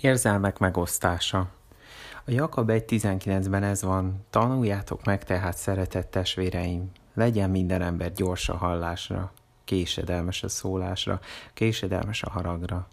Érzelmek megosztása. A Jakab 1.19-ben ez van: tanuljátok meg tehát, szeretett testvéreim, legyen minden ember gyors a hallásra, késedelmes a szólásra, késedelmes a haragra.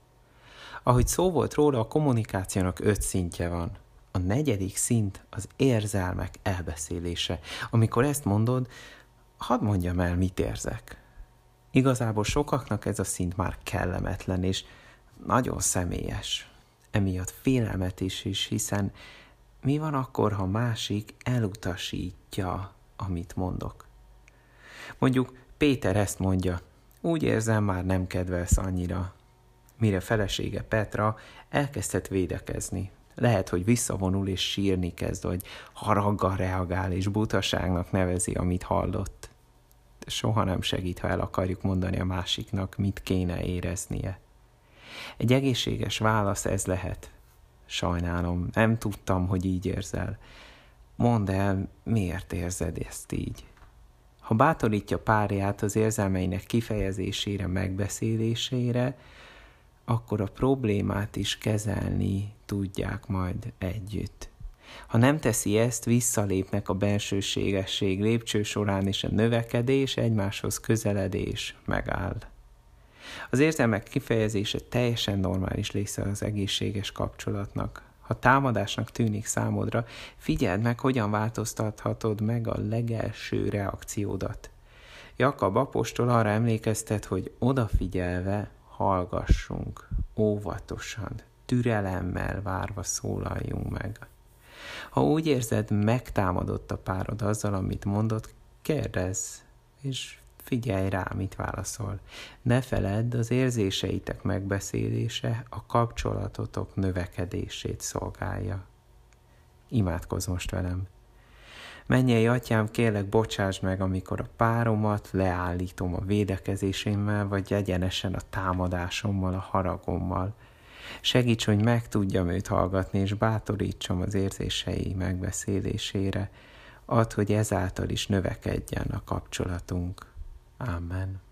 Ahogy szó volt róla, a kommunikációnak 5 szintje van. A 4. szint az érzelmek elbeszélése. Amikor ezt mondod, hadd mondjam el, mit érzek. Igazából sokaknak ez a szint már kellemetlen és nagyon személyes. Emiatt félelmet is, hiszen mi van akkor, ha másik elutasítja, amit mondok? Mondjuk Péter ezt mondja: úgy érzem, már nem kedvelsz annyira. Mire felesége Petra elkezdett védekezni. Lehet, hogy visszavonul és sírni kezd, vagy haraggal reagál és butaságnak nevezi, amit hallott. De soha nem segít, ha el akarjuk mondani a másiknak, mit kéne éreznie. Egy egészséges válasz ez lehet: sajnálom, nem tudtam, hogy így érzel. Mondd el, miért érzed ezt így. Ha bátorítja párját az érzelmeinek kifejezésére, megbeszélésére, akkor a problémát is kezelni tudják majd együtt. Ha nem teszi ezt, visszalépnek a bensőségesség lépcsősorán, és a növekedés, egymáshoz közeledés megáll. Az érzelmek kifejezése teljesen normális része az egészséges kapcsolatnak. Ha támadásnak tűnik számodra, figyeld meg, hogyan változtathatod meg a legelső reakciódat. Jakab apostol arra emlékeztet, hogy odafigyelve hallgassunk, óvatosan, türelemmel várva szólaljunk meg. Ha úgy érzed, megtámadott a párod azzal, amit mondott, kérdezz, és figyelj rá, mit válaszol. Ne feledd, az érzéseitek megbeszélése a kapcsolatotok növekedését szolgálja. Imádkozz most velem. Mennyei Atyám, kérlek, bocsáss meg, amikor a páromat leállítom a védekezésémmel, vagy egyenesen a támadásommal, a haragommal. Segíts, hogy meg tudjam őt hallgatni, és bátorítsam az érzései megbeszélésére. Add, hogy ezáltal is növekedjen a kapcsolatunk. Amen.